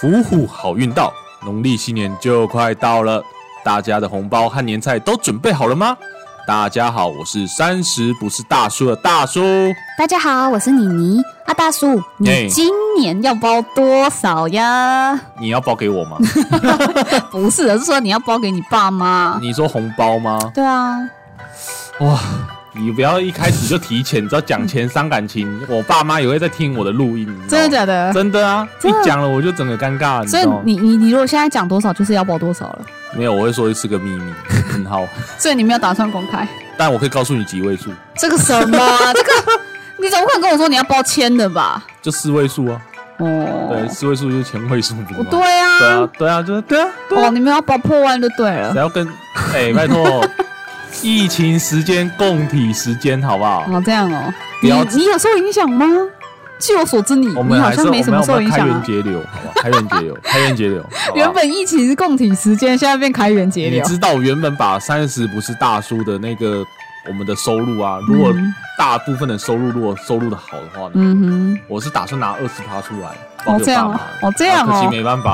伏虎好运到，农历新年就快到了，大家的红包和年菜都准备好了吗？大家好，我是30不是大叔的大叔。 大家好，我是妮妮啊，大叔，你今年要包多少呀？ 你要包给我吗？ 不是，是说你要包给你爸妈。 你说红包吗？ 对啊。 哇，你不要一开始就提钱，只要讲钱伤感情。我爸妈也会在听我的录音， 真的假的？ 真的啊，一讲了我就整个尴尬。 所以你如果现在讲多少，就是要包多少了？ 没有，我会说是个秘密。好。所以你没有打算公开？ 但我可以告诉你几位数。 这个什么？这个你怎么可能跟我说你要包千的吧？ 就4位数啊。 哦， 对，4位数就是前位数，不是吗？ 对啊， 对啊，就是对啊。 哦，你们要包破万就对了。 谁要跟？拜托。疫情时间共体时间，好不好？ 哦，这样哦。你有受影响吗？据我所知，你好像没什么受影响啊。 开源节流，好不好？开源节流。 原本疫情是共体时间，现在变开源节流。 你知道我原本把30不是大叔的那个我们的收入啊，如果大部分的收入如果收入的好的话呢，我是打算拿20%出来包给我爸妈。 哦，这样哦。 可惜没办法。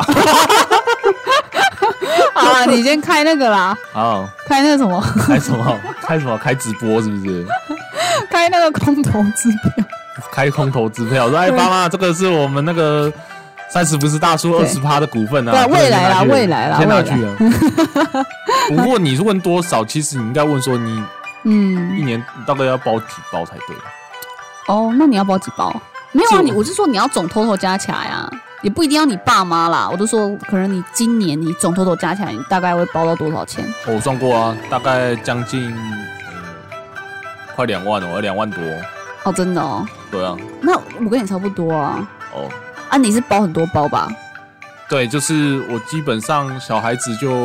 好啊，你先开那个啦。 好， 开那个什么？ 开什么？开直播是不是？ 开那个空头支票。 开空头支票，说爸妈，这个是我们那个30不是大叔20%的股份啊。 对，未来啦， 先拿去啊。不过你问多少，其实你应该问说你一年大概要包几包才对。 哦，那你要包几包？没有啊，我是说你要总total加起来啊。也不一定要你爸妈啦，我就说可能你今年你总total加起来，你大概会包到多少钱？ 我算过啊，大概将近快2万哦，2万多。 哦，真的哦。 对啊。 那我跟你差不多啊。 哦。 啊，你是包很多包吧？ 对，就是我基本上小孩子就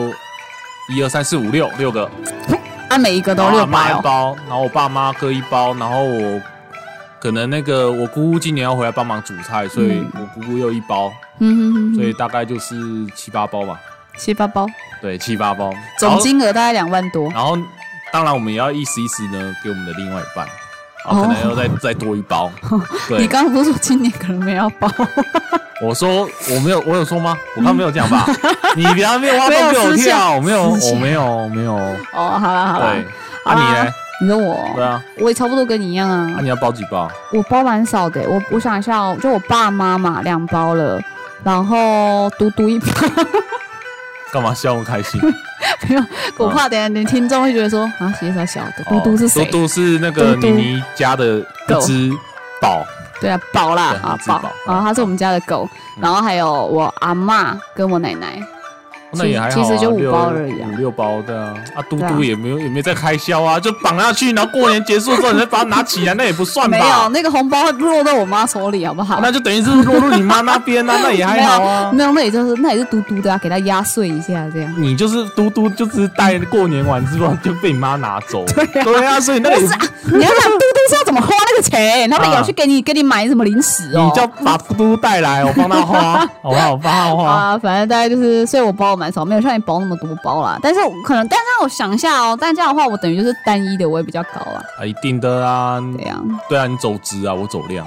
1、2、3、4、5、6个。 啊，每一个都6 包，然后我爸妈各1包，然后我。可能我姑姑今年要回来帮忙煮菜，所以我姑姑又1包，所以大概就是7、8包吧。 7、8包。对 ，7、8包， 总金额大概2万多。 然后，当然我们也要意思呢，给我们的另外一半，然后可能要再多1包。对， 你刚刚不是说今年可能没有包？ 我说我有说吗？我刚刚没有讲吧？你不要挖洞给我跳，我没有。 哦，好了。 对，啊你呢？ 你说我？ 对啊， 我也差不多跟你一样啊。 你要包几包？ 我包蛮少的，我想一下哦，就我爸妈嘛2包了，然后嘟嘟1包。 干嘛笑那么开心？ 没有，我怕等一下你听众会觉得说啊，写啥小的？嘟嘟是谁？ 嘟嘟是那个妮妮家的一只宝。对啊，宝啦啊，宝啊，它是我们家的狗，然后还有我阿嬷跟我奶奶。 那也还好， 其实就5包而已啊 ，5、6包对啊。嘟嘟也没有在开销啊，就绑下去，然后过年结束之后你再把它拿起来，那也不算吧？ 没有，那个红包落到我妈手里，好不好？ 那就等于是落入你妈那边啊，那也还好啊。 没有，那也是嘟嘟的啊，给它压碎一下这样。 你就是嘟嘟，就是带过年完之后就被你妈拿走。对啊，所以那个你要想嘟嘟是要怎么花那个钱？他们也要去给你买什么零食哦？ 你就把嘟嘟带来，我帮他花，好不好？我帮他花啊，反正大概就是，所以我包蛮少，没有像你包那么多包啦。但是我想一下哦，但这样的话，我等于就是单一的我也比较高啊。 啊，一定的啊。对啊，你走质啊，我走量。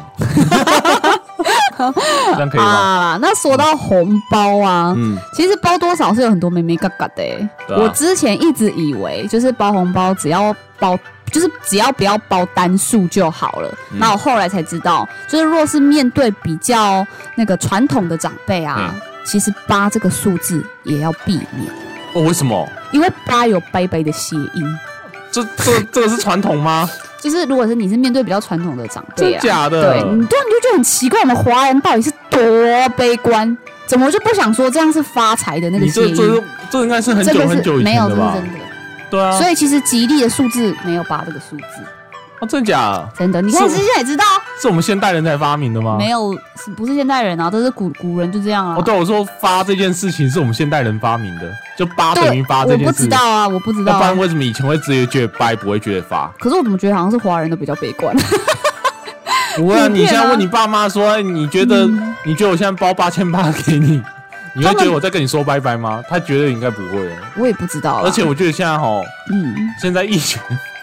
这样可以吗？ 啊，那说到红包啊，其实包多少是有很多眉眉角角的。我之前一直以为就是包红包只要不要包单数就好了。那我后来才知道，就是若是面对比较那个传统的长辈啊，其实8这个数字也要避免。 哦，为什么？ 因为8有拜拜的谐音。 这个是传统吗？ 就是如果是你是面对比较传统的长辈啊， 真假的？ 对，你就觉得很奇怪，我们华人到底是多悲观？怎么就不想说这样是发财的那个谐音？ 这应该是很久很久以前的吧？ 没有，这是真的。 对啊。 所以其实吉利的数字没有8这个数字。 哦，真的假的？ 真的，你看之前也知道， 是我们现代人才发明的吗？ 没有，不是现代人啊，都是古人就这样啊。 哦，对，我说发这件事情是我们现代人发明的，就8等于8这件事。 我不知道啊，我不知道。 要不然为什么以前会直接觉得8，不会觉得发？ 可是我怎么觉得好像是华人都比较悲观？ 不会啊，你现在问你爸妈说，你觉得我现在包8800给你？你会觉得我在跟你说拜拜吗？他觉得应该不会。 我也不知道。 而且我觉得现在现在疫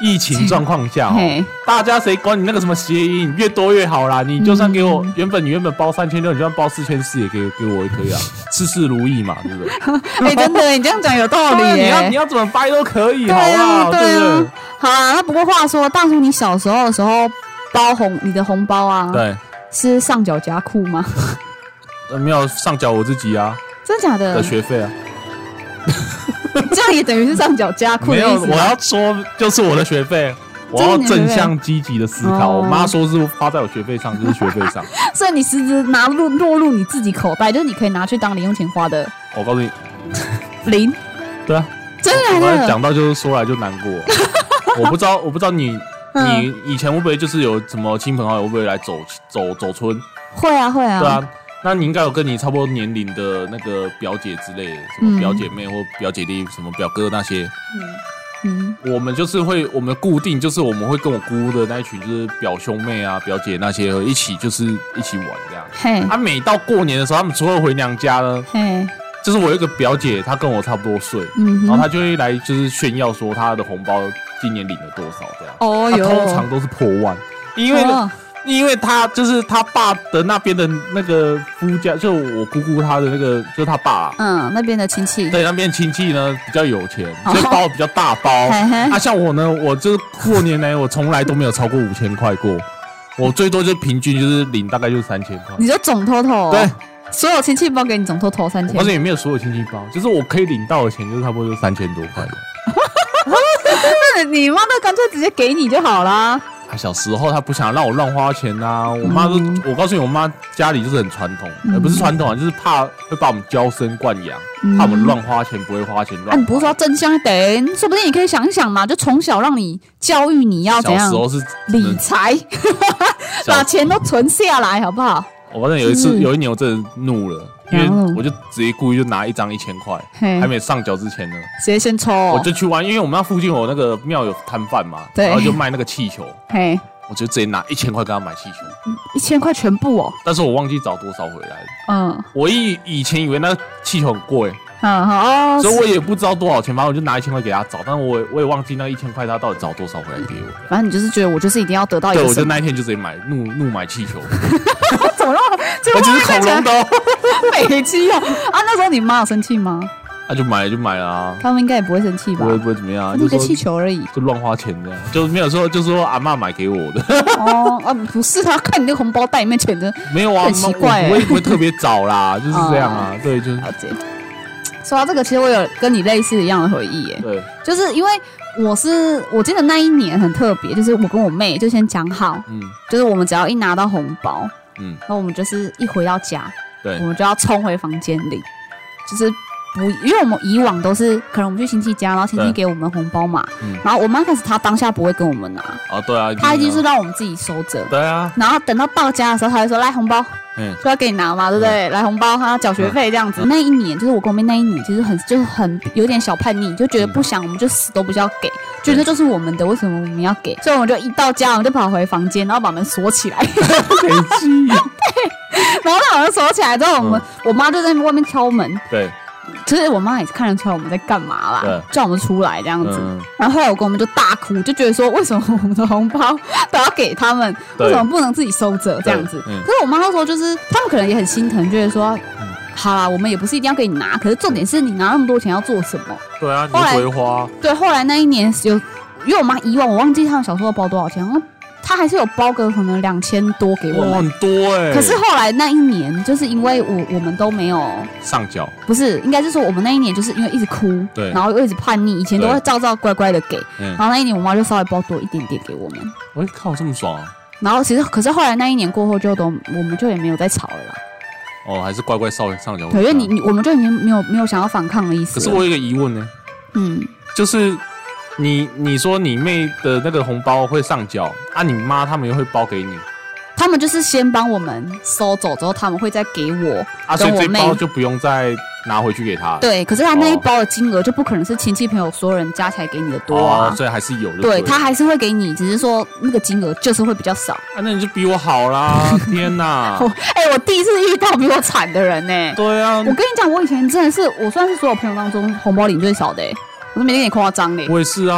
疫情状况下大家谁管你那个什么谐音，越多越好啦。你就算给我原本包3600，你就算包4400也给我也可以啊，事事如意嘛，对不对？ 真的，你这样讲有道理你要怎么掰都可以，好不好？对不对？ 好啊，那不过话说，大叔，你小时候的时候你的红包啊， 对， 是上缴加库吗？ 没有上缴我自己啊， 真的假的？ 的学费啊， 这样也等于是上缴加库的意思。 没有，我要说就是我的学费，我要正向积极的思考。我妈说是花在我学费上，就是学费上。 所以你实质落入你自己口袋，就是你可以拿去当零用钱花的。 我告诉你， 零。 对啊， 真的假的？ 讲到就是说来就难过。我不知道你以前会不会就是有什么亲朋好友会不会来走村？会啊。对啊，那你应该有跟你差不多年龄的那个表姐之类的，什么表姐妹或表姐弟，什么表哥那些。我们就是我们固定就是我们会跟我姑的那一群，就是表兄妹啊、表姐那些一起玩这样。每到过年的时候，他们除了回娘家呢，就是我有一个表姐，她跟我差不多岁，然后她就会来就是炫耀说她的红包今年领了多少这样。她通常都是破万，因为他就是他爸的那边的那个夫家，就我姑姑他的那个，就是他爸， 那边的亲戚， 对，那边亲戚呢比较有钱，所以包比较大包。像我呢，我就是过年来，我从来都没有超过5000块过，我最多就平均就是领大概就是3000块。 你就总total？ 对， 所有亲戚包给你总total3000。 而且也没有所有亲戚包，就是我可以领到的钱就是差不多就3000多块。 那你妈都干脆直接给你就好啦。 小时候他不想让我乱花钱啊，我告诉你，我妈家里就是很传统，不是传统啊，就是怕会把我们娇生惯养，怕我们乱花钱，不会花钱乱花。 你不是说正向一点，说不定你可以想一想嘛，就从小让你教育你要怎样。 小时候是理财，把钱都存下来，好不好？ 我发现有一年我真的怒了，因为我就直接故意就拿一张1000块，还没上缴之前呢， 直接先抽。 我就去玩，因为我们那附近有那个庙有摊贩嘛，然后就卖那个气球，我就直接拿1000块跟他买气球，1000 块全部哦。 但是我忘记找多少回来了。我以前以为那个气球很贵。所以我也不知道多少钱，反正我就拿1000块给他找，但是我也忘记那1000块他到底找多少回来给我。 反正你就是觉得我就是一定要得到一个。 对，我就那一天就直接怒买气球。 怎么了？ 而且是恐龙的， 美气哦！那时候你妈有生气吗？ 就买了啊。 他们应该也不会生气吧？ 不会怎么样， 就个气球而已， 就乱花钱这样，就没有说就说阿嬷买给我的。 不是，他看你那个红包袋里面钱的， 没有啊，很奇怪，我也不会特别找啦，就是这样啊。对，就是。 说到这个，其实我有跟你类似一样的回忆耶。 对， 就是因为我记得那一年很特别，就是我跟我妹就先讲好，就是我们只要一拿到红包，然后我们就是一回到家， 对， 我们就要冲回房间里，就是因为我们以往都是可能我们去亲戚家，然后亲戚给我们红包嘛，然后我妈开始她当下不会跟我们拿， 对啊， 她一定是让我们自己收着， 对啊， 然后等到家的时候，她会说来红包。就要给你拿嘛，对不对？来红包，还要缴学费这样子。那一年就是我跟我妹那一年，其实很有点小叛逆，就觉得不想，我们就死都不是要给，觉得就是我们的，为什么我们要给？所以我们就一到家，我们就跑回房间，然后把门锁起来。 对， 然后把门锁起来之后，我妈就在外面敲门。 对。 其实我妈也看得出来我们在干嘛啦，叫我们出来这样子。然后后来我跟我们就大哭，就觉得说为什么我们的红包都要给他们，为什么不能自己收着这样子？可是我妈那时候就是他们可能也很心疼，觉得说，好啦，我们也不是一定要给你拿，可是重点是你拿那么多钱要做什么？ 对啊，你会花。对， 后来那一年因为我妈以往我忘记他们小时候包多少钱，他还是有包个可能2000多给我们， 很多可是后来那一年，就是因为我们都没有上缴， 不是，应该是说我们那一年就是因为一直哭， 对， 然后又一直叛逆，以前都会照乖乖的给，然后那一年我妈就稍微包多一点点给我们。 靠，这么爽啊！ 然后可是后来那一年过后我们就也没有再吵了啦。 还是乖乖上缴。 对，因为我们就已经没有想要反抗的意思。 可是我有一个疑问呢，就是。你说你妹的那个红包会上缴啊？你妈他们又会包给你？ 他们就是先帮我们收走之后，他们会再给我所以这包就不用再拿回去给他。 对，可是他那一包的金额就不可能是亲戚朋友所有人加起来给你的多啊， 所以还是有的。 对，他还是会给你，只是说那个金额就是会比较少。 那你就比我好啦！天哪！ 我第一次遇到比我惨的人呢。 对啊， 我跟你讲，我以前真的是我算是所有朋友当中红包领最少的。我都没跟你夸张嘞， 我也是啊。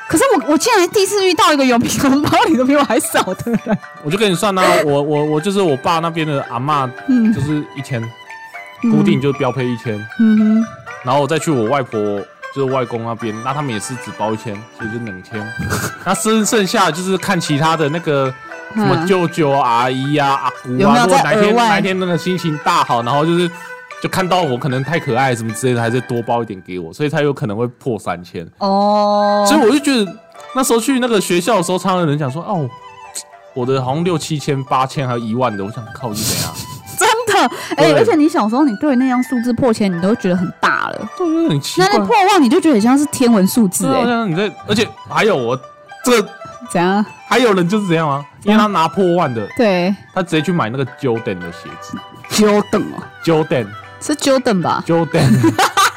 可是我竟然第一次遇到一个有比红包里都比我还少的人。 我就跟你算啊，我就是我爸那边的阿嬷，就是1000，固定就标配1000。然后我再去我外婆就是外公那边，那他们也是只包1000，所以就2000。那剩下就是看其他的那个什么舅舅、阿姨啊、阿姑啊， 有没有如果哪在一天那个心情大好，然后就看到我可能太可爱什么之类的，还是多包一点给我，所以才有可能会破3000。哦，所以我就觉得那时候去那个学校的时候，常常有人讲说，哦，我的好像6、7千、8千还有1万的，我想靠是怎样？ 真的，而且你小时候你对那样数字破千，你都会觉得很大了， 对，很奇怪。 那破万你就觉得很像是天文数字你在，而且还有我这个怎样？ 还有人就是这样啊，因为他拿破万的， 对， 他直接去买那个 Jordan 的鞋子。 Jordan 哦 ，Jordan 是 Jordan 吧 ？Jordan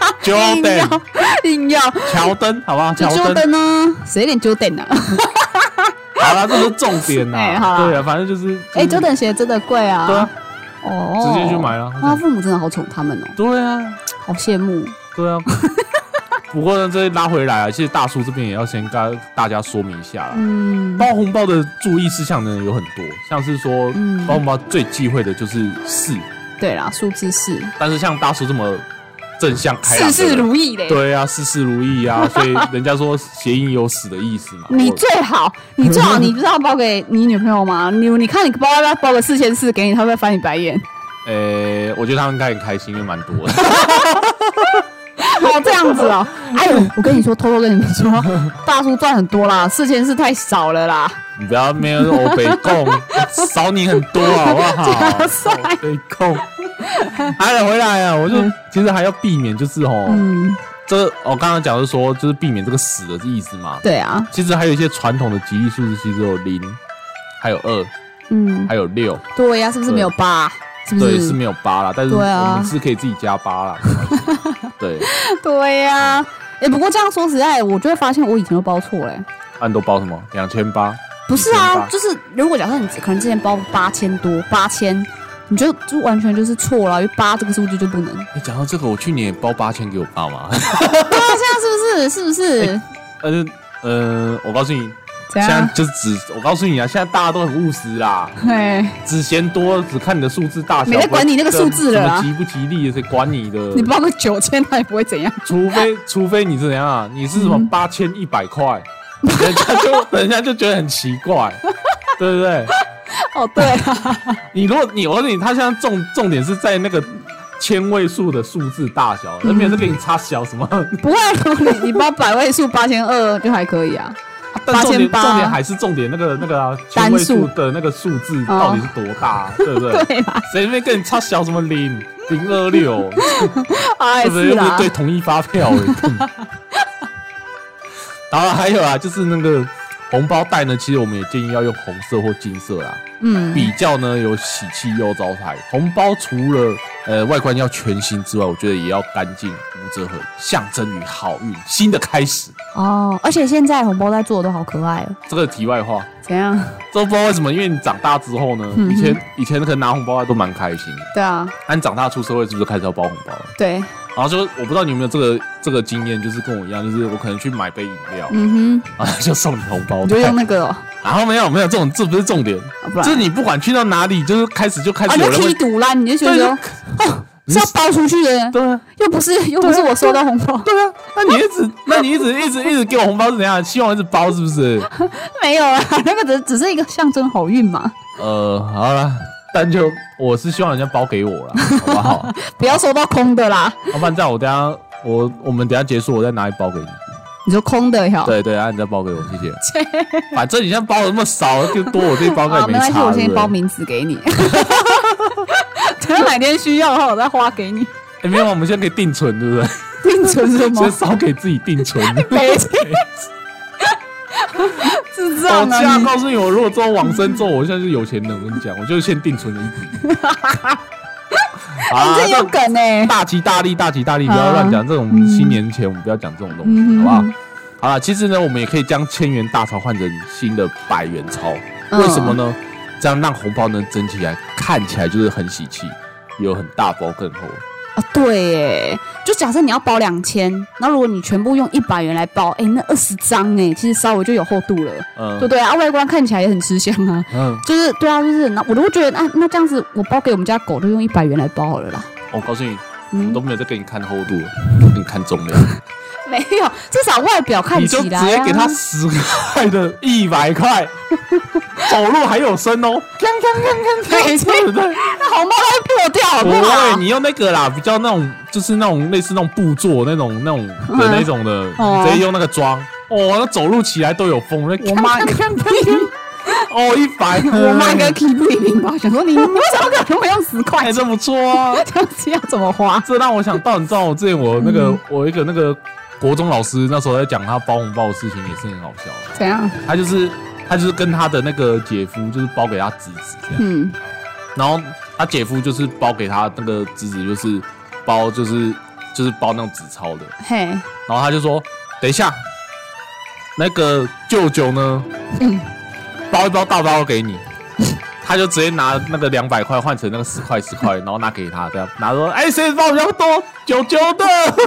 硬要乔登，好不好？乔登呢？谁练 Jordan 啊？ 好啦，这是重点呐。对啊，反正就是 ，Jordan 鞋真的贵啊。 对啊。直接去买了。 他父母真的好宠他们哦。 对啊， 好羡慕。 对啊。不过呢，这拉回来啊，其实大叔这边也要先跟大家说明一下啦。包红包的注意事项呢有很多，像是说，包红包最忌讳的就是4。 对啦，数字4。 但是像大叔这么正向开朗， 事事如意嘞。 对啊，事事如意啊，所以人家说谐音有死的意思嘛。 你最好，你不是要包给你女朋友吗？你看你包要包个4400给你，她会不会翻你白眼？ 我觉得他们应该很开心，因为蛮多的。 哦，这样子哦。哎呦，我跟你说，偷偷跟你们说，大叔赚很多啦，4400太少了啦。 你不要没有欧北贡，少你很多好不好？欧北贡。还回来啊，我就其实还要避免，就是这我刚刚讲的是说，就是避免这个死的意思嘛。 对啊。 其实还有一些传统的吉利数字，其实有0，还有2，还有6。 对呀，是不是没有8？是不是？ 对，是没有8啦，但是我们是可以自己加8啦。对。 对呀，不过这样说实在，我就会发现我以前都包错嘞。 你都包什么？2800？ 不是啊，就是如果假设你可能之前包8000多，8000。你就完全就是错了，因为8这个数字就不能。 讲到这个，我去年也包8000给我爸妈。 对啊，现在是不是？ 我告诉你，现在就是我告诉你啊，现在大家都很务实啦。只嫌多，只看你的数字大小， 没在管你那个数字了。 什么吉不吉利，谁管你的？ 你包个9000，他也不会怎样。 除非你是怎样啊？你是什么8100块，人家就觉得很奇怪，对不对？ 哦，对啊， 我告诉你，他现在重点是在那个千位数的数字大小，那边是给你差小什么？ 不会，你包百位数8200就还可以啊。 但重点还是重点那个千位数的那个数字到底是多大，对不对？ 对啦， 谁没跟你差小什么0、026， 对不对？又不是对统一发票然后还有啊，就是那个红包袋呢，其实我们也建议要用红色或金色啦。比较呢有喜气又招财。红包除了外观要全新之外，我觉得也要干净无折痕，象征于好运新的开始。 而且现在红包袋做的都好可爱哦。 这个题外话， 怎样？ 这不知道为什么，因为你长大之后呢，以前可能拿红包袋都蛮开心。 对啊。 但你长大出社会是不是开始要包红包了？ 对。 然后就我不知道你有没有这个经验，就是跟我一样，就是我可能去买杯饮料，然后就送你红包袋， 你就用那个哦。 然后没有这种，这不是重点，就是你不管去到哪里，就是开始有人会踢赌啦，你就觉得是要包出去的， 对啊， 又不是我收到红包， 对啊，那你一直给我红包是怎样？希望一直包是不是？ 没有啊，那个只是一个象征好运嘛。 好啦，但就我是希望人家包给我啦，好不好？ 不要收到空的啦。 要不然这样我们等一下结束，我再拿一包给你。 你说空的呀？ 对，你再包给我，谢谢。反正你现在包的那么少，就多我这一包也没差。 没关系，我先包名字给你。等哪天需要的话，我再花给你。 没有，我们现在可以定存，对不对？ 定存是什么？ 先少给自己定存。 是这样的。 我这样告诉你，我如果之后往生之后，我现在是有钱人，我跟你讲，我就先定存了一笔。 你这有梗欸！ 大吉大利，不要乱讲这种新年前，我们不要讲这种东西，好不好？好了，其实呢，我们也可以将1000元大钞换成新的100元钞，为什么呢？这样让红包呢整起来看起来就是很喜气，有很大包更厚。 对耶，就假设你要包2000，然后如果你全部用100元来包，那20张其实稍微就有厚度了，对不对啊？外观看起来也很吃香啊，就是对啊，就是那我都会觉得那这样子我包给我们家狗就用100元来包好了啦。 我告诉你，我都没有在给你看厚度，我给你看重量。 没有，至少外表看起来， 你就直接给他10块的100块，走路还有声哦， 对，那红包都会破掉，好不好？ 不会，你用那个啦，比较那种，就是那种类似那种布做那种的那种的，直接用那个装，那走路起来都有风。我妈看100， 我妈应该 keep 10吧，想说你怎么可能会用10块？ 这不错啊， 这样子要怎么花？ 这让我想到，你知道我之前我一个那个国中老师那时候在讲他包红包的事情，也是很好笑。 怎样？ 他就是跟他的那个姐夫，就是包给他侄子这样。然后他姐夫就是包给他那个侄子，就是包包那种纸钞的。嘿。然后他就说：“等一下，那个舅舅呢？包一包大包给你。”他就直接拿那个200块换成那个10块，然后拿给他，这样拿说：“谁包比较多？舅舅的。”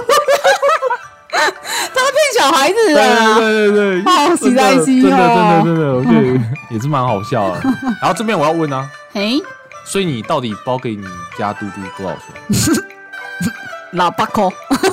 他是骗小孩子的， 对， 好实在心哦，真的，我觉得也是蛮好笑的。然后这边我要问啊，所以你到底包给你家嘟嘟多少钱 ？8块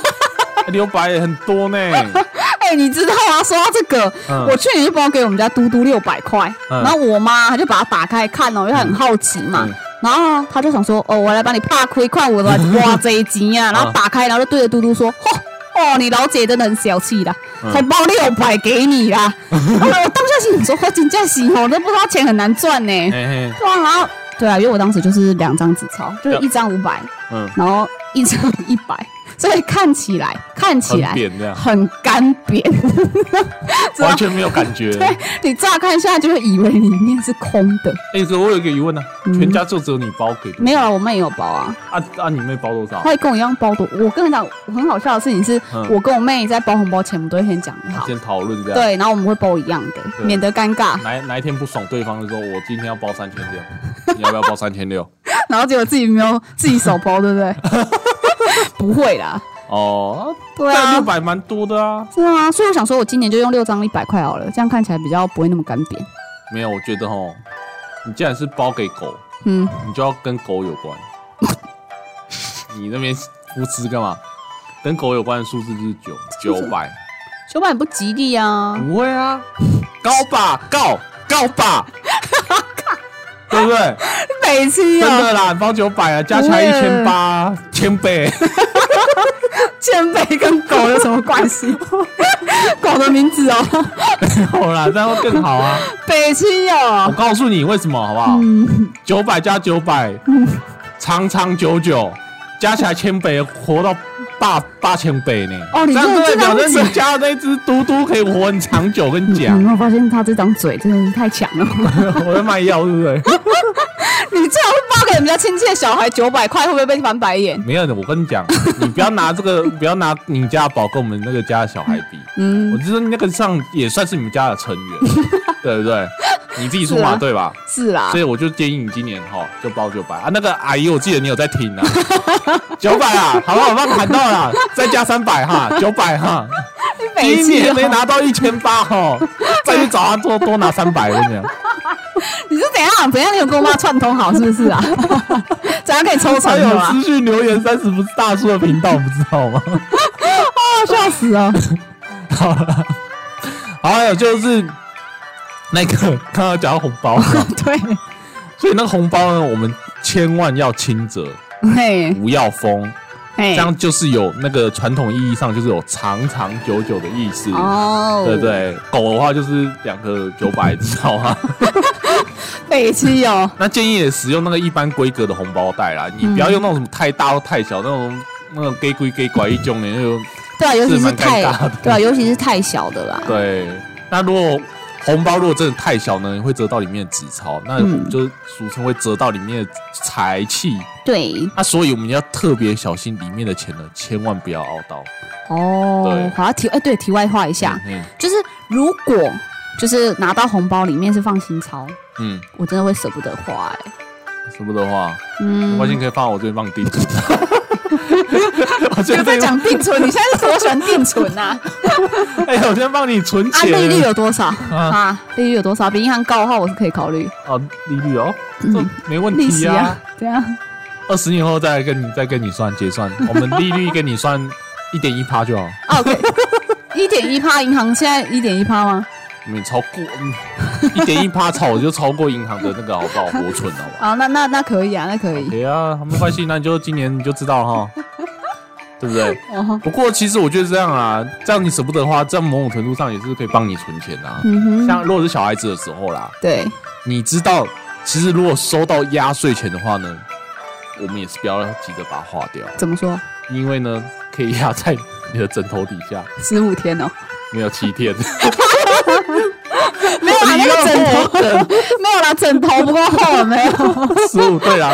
，600也很多呢。 你知道吗？说到这个，我去年就包给我们家嘟嘟600块，然后我妈她就把它打开看因为她很好奇嘛。然后她就想说，我来帮你拍开，看我的哇这一集啊。然后打开，然后就对着嘟嘟说，你老姐真的很小气啦，才包600给你啦。我当下心里说，真的是都不知道钱很难赚呢。然后对啊，因为我当时就是2张纸钞，就是1张500，然后1张100。所以看起来很干扁， 完全没有感觉。 对，你乍看下就会以为里面是空的。 可我有一个疑问啊，全家就只有你包给？ 没有啊，我妹也有包啊。 你妹包多少？ 她也跟我一样包多。我跟你讲，很好笑的事情是，我跟我妹在包红包前，我们都会先讲好， 先讨论这样。 对，然后我们会包一样的，免得尴尬。 哪一天不爽对方的时候，我今天要包3600，你要不要包3600？ 然后结果自己没有自己手包，对不对？不会啦。 对啊，600蛮多的啊。 是啊，所以我想说，我今年就用6张100块好了，这样看起来比较不会那么干扁。 没有，我觉得你既然是包给狗，你就要跟狗有关。你那边扶持干嘛？跟狗有关的数字就是900。 900不吉利啊。 不会啊，高吧，高吧。对不对？ 北七啊！ 真的啦，包900啊，加起来1800，千倍。 千倍跟狗有什么关系？狗的名字哦。 有啦，这样会更好啊。 北七哦。我告诉你为什么好不好？900加900，长长久久，加起来千倍，活到8000倍呢。 你这样表示你家的那只嘟嘟可以活很长久。跟你讲， 你有没有发现他这张嘴真的是太强了？ 我在卖药，对不对？ 你这样会包给人家亲戚的小孩900块，会不会被翻白眼？ 没有的，我跟你讲，你不要拿这个，不要拿你家的宝跟我们那个家的小孩比。我觉得那个上也算是你们家的成员，对不对？你自己说嘛，对吧？ 是啦， 所以我就建议你今年就包900啊。那个阿姨，我记得你有在听啊，900啊，好不好？我帮你喊到了，再加300哈，900哈。今年没拿到1800哈，再去找他多拿300，我跟你讲。 你是怎样？你有跟我妈串通好是不是啊？怎样可以抽成的啊？有私讯留言30不是大叔的频道，不知道吗？ 笑死了。 好了，还有就是那个刚刚讲到红包， 对， 所以那个红包呢，我们千万要轻折，不要封。这样就是有那个传统意义上就是有长长久久的意思，对不对？狗的话就是2个900，知道吗？ 北七哦。 那建议也使用那个一般规格的红包袋啦，你不要用那种什么太大或太小那种给鬼给拐一种的那种。 对啊，尤其是尤其是太小的啦。 对，那如果红包如果真的太小呢，会折到里面的纸钞，那我们就俗称会折到里面的财气。 对， 那所以我们要特别小心里面的钱呢，千万不要凹到。 对，好，题外话一下，就是如果就是拿到红包里面是放新钞，我真的会舍不得花舍不得花，我发现可以放我这边帮你订。 就在讲定存，你现在是多喜欢定存啊？ 哎，我先帮你存钱。 利率有多少啊？利率有多少？比银行高的话，我是可以考虑。 哦，利率哦，这没问题啊。 这样 ，20年后再跟你算结算，我们利率跟你算1.1%就好。 OK， 1.1%，银行现在1.1%吗？ 没超过1.1%，超就超过银行的那个好不好？活存好不好？ 啊，那可以啊，那可以。 对啊，没关系，那你就今年你就知道了哈，对不对？不过其实我觉得这样啊，这样你舍不得花，这样某种程度上也是可以帮你存钱啊。像如果是小孩子的时候啦， 对， 你知道，其实如果收到压岁钱的话呢，我们也是不要急着把它花掉。 怎么说？因为呢，可以压在你的枕头底下 15天哦， 没有7天。 没有啦，那个枕头没有啦，枕头不够厚了没有。 15对啦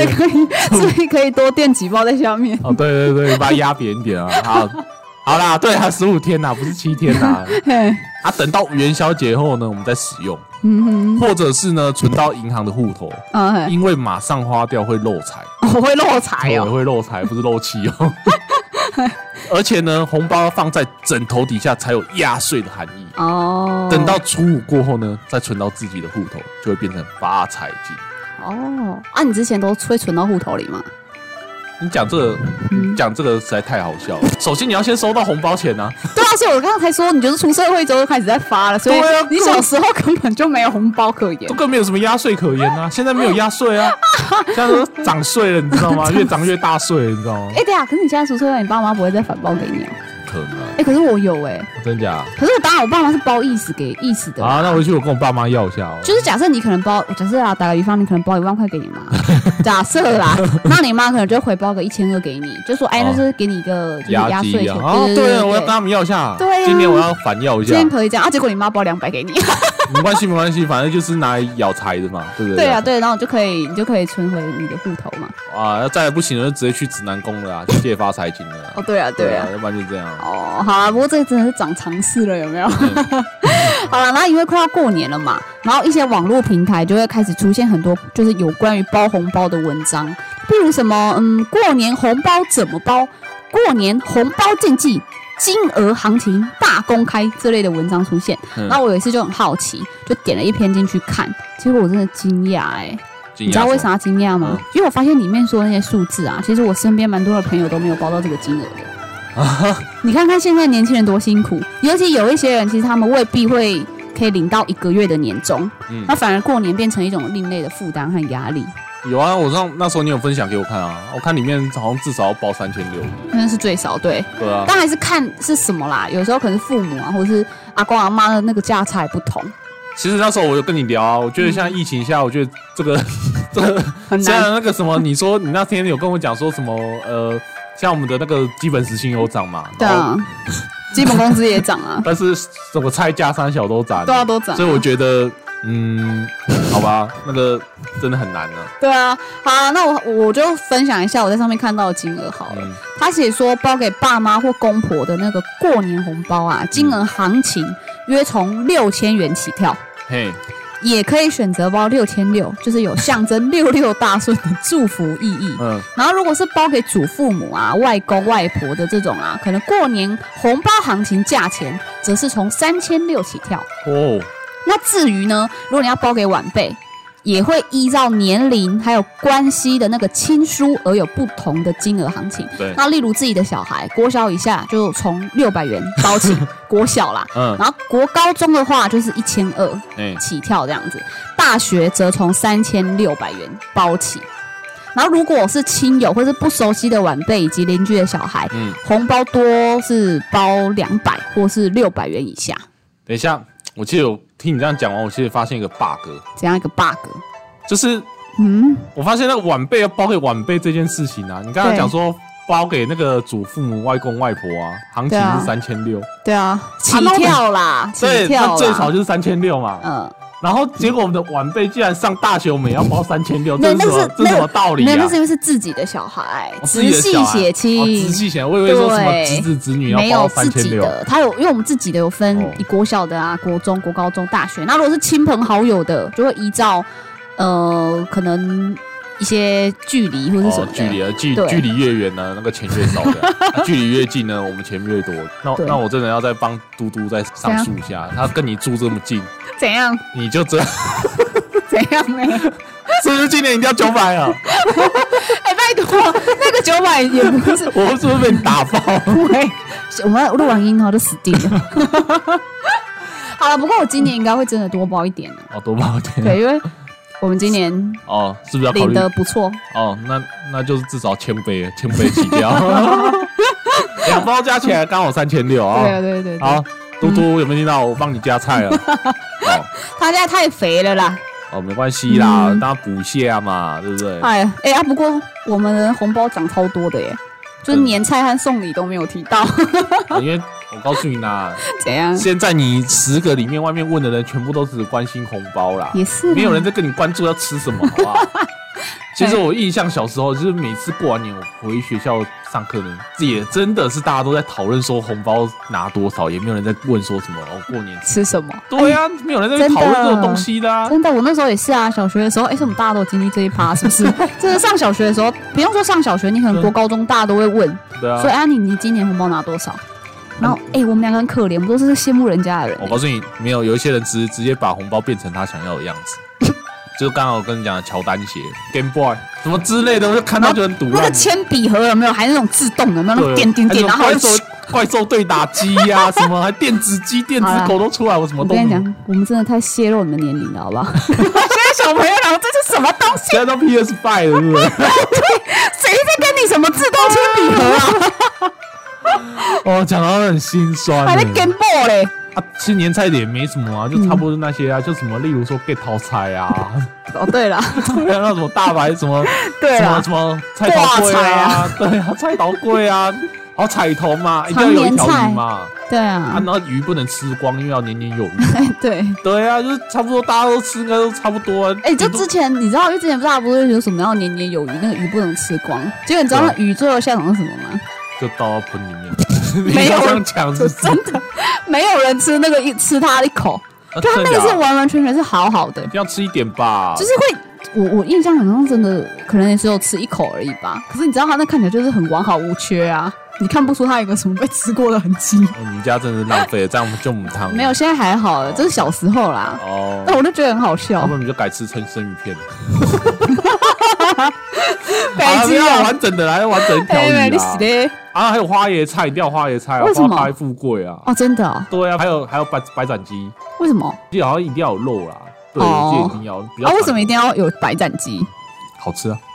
，15 所以可以多垫几包在下面。 哦，对，你把它压扁一点啊。好啦，对啊，15天啦，不是7天啦。等到元宵节后呢，我们再使用。或者是呢，存到银行的户头。因为马上花掉会漏财。 我会漏财哦， 会漏财，不是漏气哦。而且呢，红包放在枕头底下才有压岁的含义哦。等到初5过后呢，再存到自己的户头，就会变成发财金哦。你之前都会存到户头里吗？ 你讲这个实在太好笑了。首先你要先收到红包钱啊。对啊，所以我刚刚才说，你就是出社会之后就开始在发了，所以你小时候根本就没有红包可言， 根本没有什么压岁可言啊。现在没有压岁啊，现在都长税了，你知道吗？越长越大税，你知道吗？ 对啊，可是你现在出社会，你爸妈不会再返包给你啊？ 可能。 可是我有真假？ 可是我爸妈是包意思的啊。那回去我跟我爸妈要一下哦。 就是假设你可能包，假设打个比方，你可能包1万块给你妈，假设啦，那你妈可能就回包个1200给你，就说那是给你一个就是压岁钱。 对，我要跟他们要一下。 对啊， 今年我要反要一下。 今天可以这样结果你妈包200给你。 没关系，反正就是拿来咬财的嘛，对不对？ 对啊，对，然后你就可以存回你的户头嘛。 要再来不行了，就直接去指南宫了啦，去借发财金了。 对啊， 要不然就这样。 好啊，不过这个真的是长常识了，有没有？好了，那因为快要过年了嘛，然后一些网络平台就会开始出现很多就是有关于包红包的文章，譬如什么过年红包怎么包，过年红包禁忌，金额行情大公开这类的文章出现。然后我有一次就很好奇，就点了一篇进去看，结果我真的惊讶你知道为啥惊讶吗？因为我发现里面说的那些数字啊，其实我身边蛮多的朋友都没有包到这个金额的。你看看现在年轻人多辛苦，尤其有一些人其实他们未必会可以领到1个月的年终，那反而过年变成一种另类的负担和压力。 有啊，那时候你有分享给我看啊，我看里面好像至少要包3600， 那是最少，对啊， 但还是看是什么啦，有时候可能是父母啊，或者是阿公阿妈的那个价差也不同。 其实那时候我有跟你聊啊，我觉得像疫情下，我觉得这个很难。 像那个什么，你说你那天有跟我讲说什么像我们的那个基本时薪有涨嘛？ 对啊，基本工资也涨啊， 但是什么菜价3小都涨， 都涨。 所以我觉得好吧，那个真的很难了。 对啊，好啊，那我就分享一下我在上面看到的金额好了。他写说包给爸妈或公婆的那个过年红包啊，金额行情约从6000元起跳。 嘿。 也可以选择包6600，就是有象征66大顺的祝福意义。然后如果是包给祖父母啊、外公外婆的这种啊，可能过年红包行情价钱则是从3600起跳。那至于呢，如果你要包给晚辈，也会依照年龄还有关系的那个亲疏而有不同的金额行情。 对， 那例如自己的小孩，国小以下就从600元包起，国小啦。然后国高中的话就是1200起跳这样子，大学则从3600元包起。然后如果是亲友或是不熟悉的晚辈以及邻居的小孩，红包多是包200或是600元以下。 等一下。我其实有听你这样讲完，我其实发现一个 bug。 怎样一个 bug？ 就是我发现那个晚辈要包给晚辈这件事情啊，你刚才讲说包给那个祖父母、外公外婆啊，行情是3600。 对啊，起跳啦， 对，那最少就是3600嘛。然后结果我们的晚辈既然上大学，我们也要包3600，这是什么道理啊？ 那是因为是自己的小孩，直系血亲， 直系血，我以为说什么侄子侄女要包3600。 他有，因为我们自己的有分国小的啊、国中、国高中、大学。那如果是亲朋好友的，就会依照可能一些距离或是什么距离距离越远呢，那个钱越少的；距离越近呢，我们钱越多。那我真的要再帮嘟嘟再上诉一下，他跟你住这么近， 怎样？ 你就这怎样呢？ 是不是今年一定要900啊？ 拜托，那个900也不是， 我是不是被你打爆？ 对，我们录完音后就死定了。好了，不过我今年应该会真的多包一点了。 多包一点。 对，因为我们今年是不是要考虑领得不错？ 那就是至少1000倍起跳，2包加起来刚好3600啊。 对。 好，嘟嘟有没有听到？我帮你加菜了。 他家太肥了啦。 没关系啦，当然补下嘛，对不对？ 不过我们的红包涨超多的耶，就是年菜和送礼都没有提到。 因为我告诉你啦， 怎样？ 现在你10个里面，外面问的人全部都只关心红包啦， 也是， 没有人在跟你关注要吃什么，好不好？其实我印象小时候，就是每次过完年我回学校上课呢，也真的是大家都在讨论说红包拿多少，也没有人在问说什么过年吃什么。 对啊，没有人在讨论这种东西的啊。 真的，我那时候也是啊，小学的时候，怎么大家都经历这一趴，是不是？就是上小学的时候，不用说上小学，你可能国高中大家都会问， 对啊， 所以你今年红包拿多少？然后我们两个很可怜，我们都是羡慕人家的人。 我告诉你，没有一些人直接把红包变成他想要的样子。就刚刚我跟你讲的乔丹鞋、Game Boy 什么之类的，我就看到就很堵。 那个铅笔盒有没有？还是那种自动的，有没有？那种点，然后怪兽对打机呀，什么还电子鸡、电子狗都出来，我什么都。 我跟你讲，我们真的太泄露你的年龄了，好不好？现在小朋友讲这是什么东西？ 现在都 PS5 了，是不是？ 对，谁在跟你什么自动铅笔盒啊？讲到很心酸， 还在 Game Boy 嘞。 其实年菜也没什么啊，就差不多那些啊，就什么，例如说 get 桃菜啊。 对了， 对啊，那什么大白什么， 对啊， 什么菜头粿啊，对啊，菜头粿啊，然后彩头嘛，一定要有一条鱼嘛。 对啊， 然后鱼不能吃光，因为要年年有余。对啊，就是差不多大家都吃，应该都差不多啊。 就之前你知道，因为之前不是大家不是有什么要年年有余，那个鱼不能吃光，结果你知道那鱼最后下场是什么吗？ 就倒到盆里面。 没有人抢， 真的没有人吃那个吃它一口，就它那个是完完全全是好好的， 要吃一点吧。 就是会，我印象好像真的可能也只有吃一口而已吧。可是你知道它那看起来就是很完好无缺啊，你看不出它有个什么被吃过的痕迹。 你们家真的是浪费了，这样就母汤。 没有，现在还好了，这是小时候啦。那我就觉得很好笑。 要不然你就改吃生鱼片。 要完整的来，完整一条鱼啊！还有花椰菜，一定要花椰菜啊！ 为什么？ 花开富贵啊！ 真的啊？ 对啊，还有白斩鸡。 为什么？ 好像一定要有肉啦。对，一定要。 为什么一定要有白斩鸡？ 好吃啊！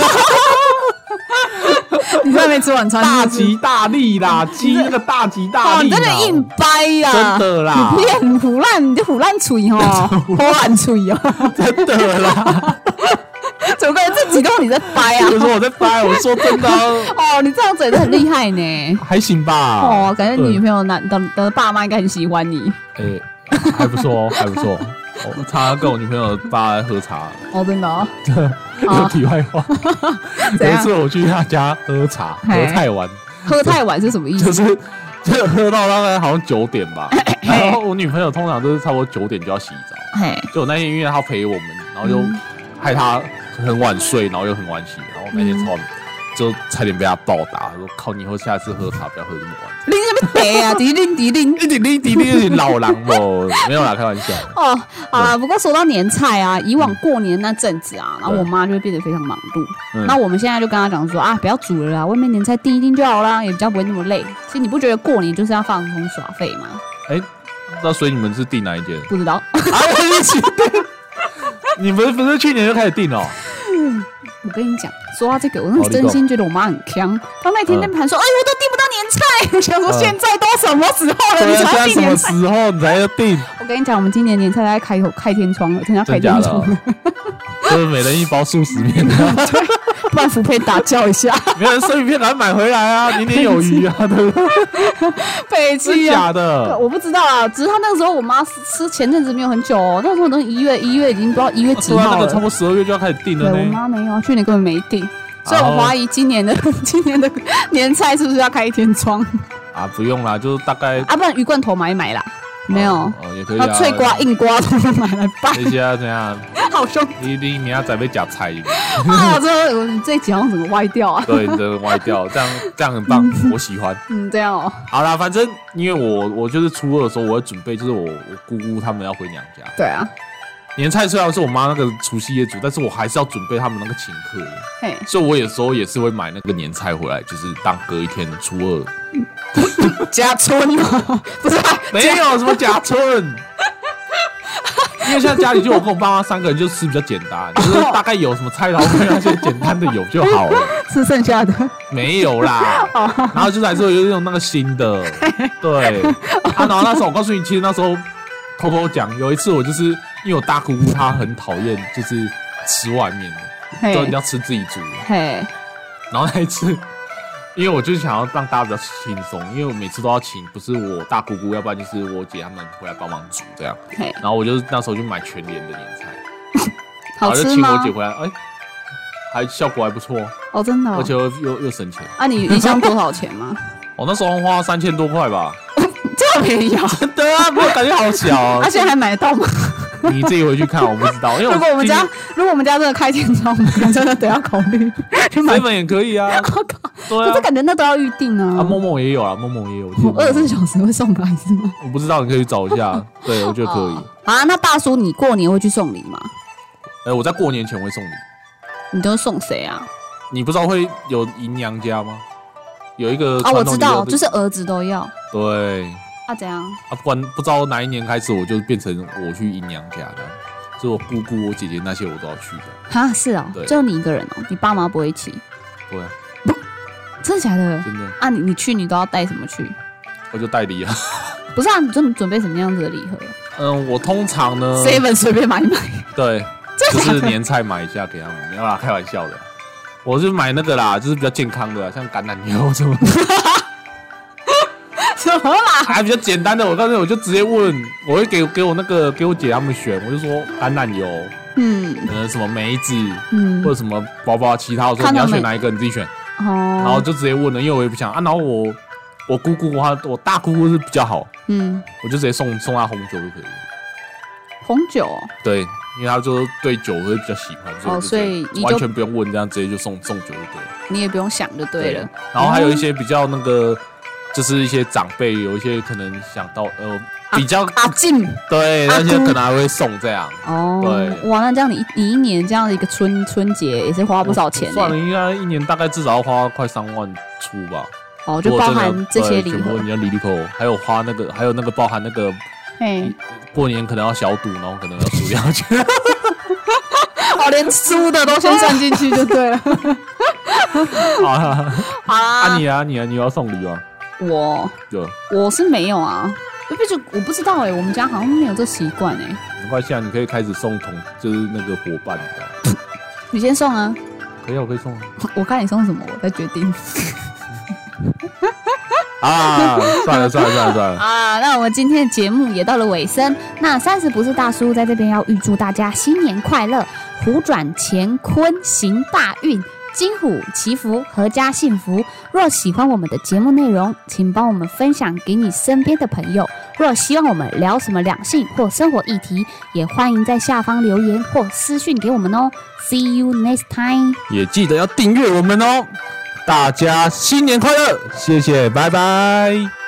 你在没吃晚餐？ 大吉大利啦，鸡那个大吉大利， 你真的硬掰啦， 真的啦， 你骗胡乱，你就胡乱吹哈，胡乱吹哦， 真的啦。 怎么可能这几个你在掰啊？ 我说我在掰，我说真的。 你这样嘴真的很厉害呢。 还行吧。 感觉你女朋友的爸妈应该很喜欢你。 还不错哦，还不错。我常常跟我女朋友爸来喝茶。 真的哦。 有题外话。有一次我去他家喝茶，喝太晚。 喝太晚是什么意思？ 就是喝到大概好像9点吧。然后我女朋友通常都是差不多9点就要洗澡。就我那天因为她陪我们，然后就害她很晚睡，然后又很晚洗，然后那天就差点被他暴打。说靠，你以后下次喝茶不要喝这么晚。 你什么得啊？滴铃， 一点老狼哦，没有啦，开玩笑。 好啦，不过说到年菜啊，以往过年那阵子啊，然后我妈就会变得非常忙碌。那我们现在就跟她讲说不要煮了啦，外面年菜订一订就好啦，也比较不会那么累。其实你不觉得过年就是要放松耍废吗？ 那所以你们是订哪一间？ 不知道。 一起订。你们不是去年就开始订哦？ 我跟你讲，说到这个，我真心觉得我妈很强。她那天在盘说：“我都订不到年菜。”我想说，现在都什么时候了？你才订年菜？ 什么时候你才要订？ 我跟你讲，我们今年年菜在开天窗了，真的要开天窗了。 就是每人一包素食面。 不然福佩打叫一下。 没有人生鱼片来买回来啊，年年有余啊，对不对？ 北极啊，假的， 我不知道啊。只是他那个时候，我妈吃前阵子没有很久哦，那时候都1月已经不知道1月几号了。 那个差不多12月就要开始订了。 对，我妈没有，去年根本没订，所以我怀疑今年的年菜是不是要开天窗？ 不用啦，就是大概不然鱼罐头买一买啦。没有也可以啊。 脆瓜硬瓜都买来拌。 这些怎样？ 好好凶！ 你明仔载被夹菜。 啊，这一集好像整个歪掉啊！ 对，整个歪掉，这样很棒，我喜欢。 这样哦。 好啦，反正因为我就是初二的时候，我会准备，就是我姑姑他们要回娘家。 对啊。 年菜虽然是我妈那个除夕夜煮，但是我还是要准备他们那个请客的，所以我有时候也是会买那个年菜回来，就是当隔一天初二。 家春吗？不是， 没有什么家春。因为像家里就我跟我爸妈3个人就吃比较简单，就是大概有什么菜刀跟那些简单的有就好了。 吃剩下的没有啦，然后就是还是有用那个新的，对。然后那时候我告诉你，其实那时候偷偷讲，有一次我就是因为我大姑姑她很讨厌就是吃外面的，就要吃自己煮的。然后那一次，因为我就是想要让大家比较轻松，因为我每次都要请，不是我大姑姑，要不然就是我姐他们回来帮忙煮这样。然后我就那时候就买全联的年菜， 好吃吗？ 然后就请我姐回来，还效果还不错哦，真的， 而且又省钱。 啊，你一箱多少钱吗？ 我那时候花3000多块吧。 这么便宜啊！ 真的啊，我感觉好小啊。 现在还买得到吗？ 你自己回去看，我不知道。因为如果我们家真的开天窗，我们真的得要考虑去买。 7-Eleven也可以啊。 对啊，可是感觉那都要预定啊。 某某也有啊，某某也有。 24小时会送来是吗？ 我不知道，你可以找一下。对，我觉得可以。 啊，那大叔，你过年会去送礼吗？ 我在过年前会送礼。 你都送谁啊？ 你不知道会有迎娘家吗？有一个我知道，就是儿子都要。 对。 怎样？ 不知道哪一年开始，我就变成我去迎娘家的，所以我姑姑、我姐姐那些我都要去的。是哦，就你一个人哦，你爸妈不会一起？ 对啊。 真的假的？ 真的。 啊，你去你都要带什么去？ 我就带礼啊。 不是啊，你准备什么样子的礼盒？ 我通常呢 ，7-Eleven 随便买一买。对， 就是年菜买一下给他们，没有啦，开玩笑的。我是买那个啦，就是比较健康的啦，像橄榄油什么的。 什么啦？ 还比较简单的，我告诉你，我就直接问，我会给我姐他们选，我就说橄榄油，什么梅子，或者什么包其他，我说你要选哪一个，你自己选。然后就直接问了，因为我也不想啊。然后我姑姑我大姑姑是比较好，我就直接送她红酒就可以了。 红酒？对， 因为她就对酒会比较喜欢，所以你完全不用问，这样直接就送酒就对了。 你也不用想就对了。 然后还有一些比较那个。就是一些长辈有一些可能想到比较阿进对那些可能还会送这样对哇，那这样你一年这样的一个春节也是花不少钱算了，应该一年大概至少要花快3万出吧。 就包含这些礼盒， 全部你要礼口，还有花那个，还有那个包含那个，过年可能要小赌，然后可能要输掉去。 连输的都先算进去就对了。 好啊，你要送礼吗？ 我是没有啊，我不知道我们家好像没有这习惯没关系啊，你可以开始送就是那个伙伴的。 你先送啊。 可以啊，我可以送啊。 我看你送什么，我再决定。 算了那我们今天的节目也到了尾声。那30不是大叔在这边要预祝大家新年快乐，虎转乾坤行大运，金虎祈福，阖家幸福。若喜欢我们的节目内容，请帮我们分享给你身边的朋友。若希望我们聊什么两性或生活议题，也欢迎在下方留言或私讯给我们哦。See you next time。 也记得要订阅我们哦。大家新年快乐，谢谢，拜拜。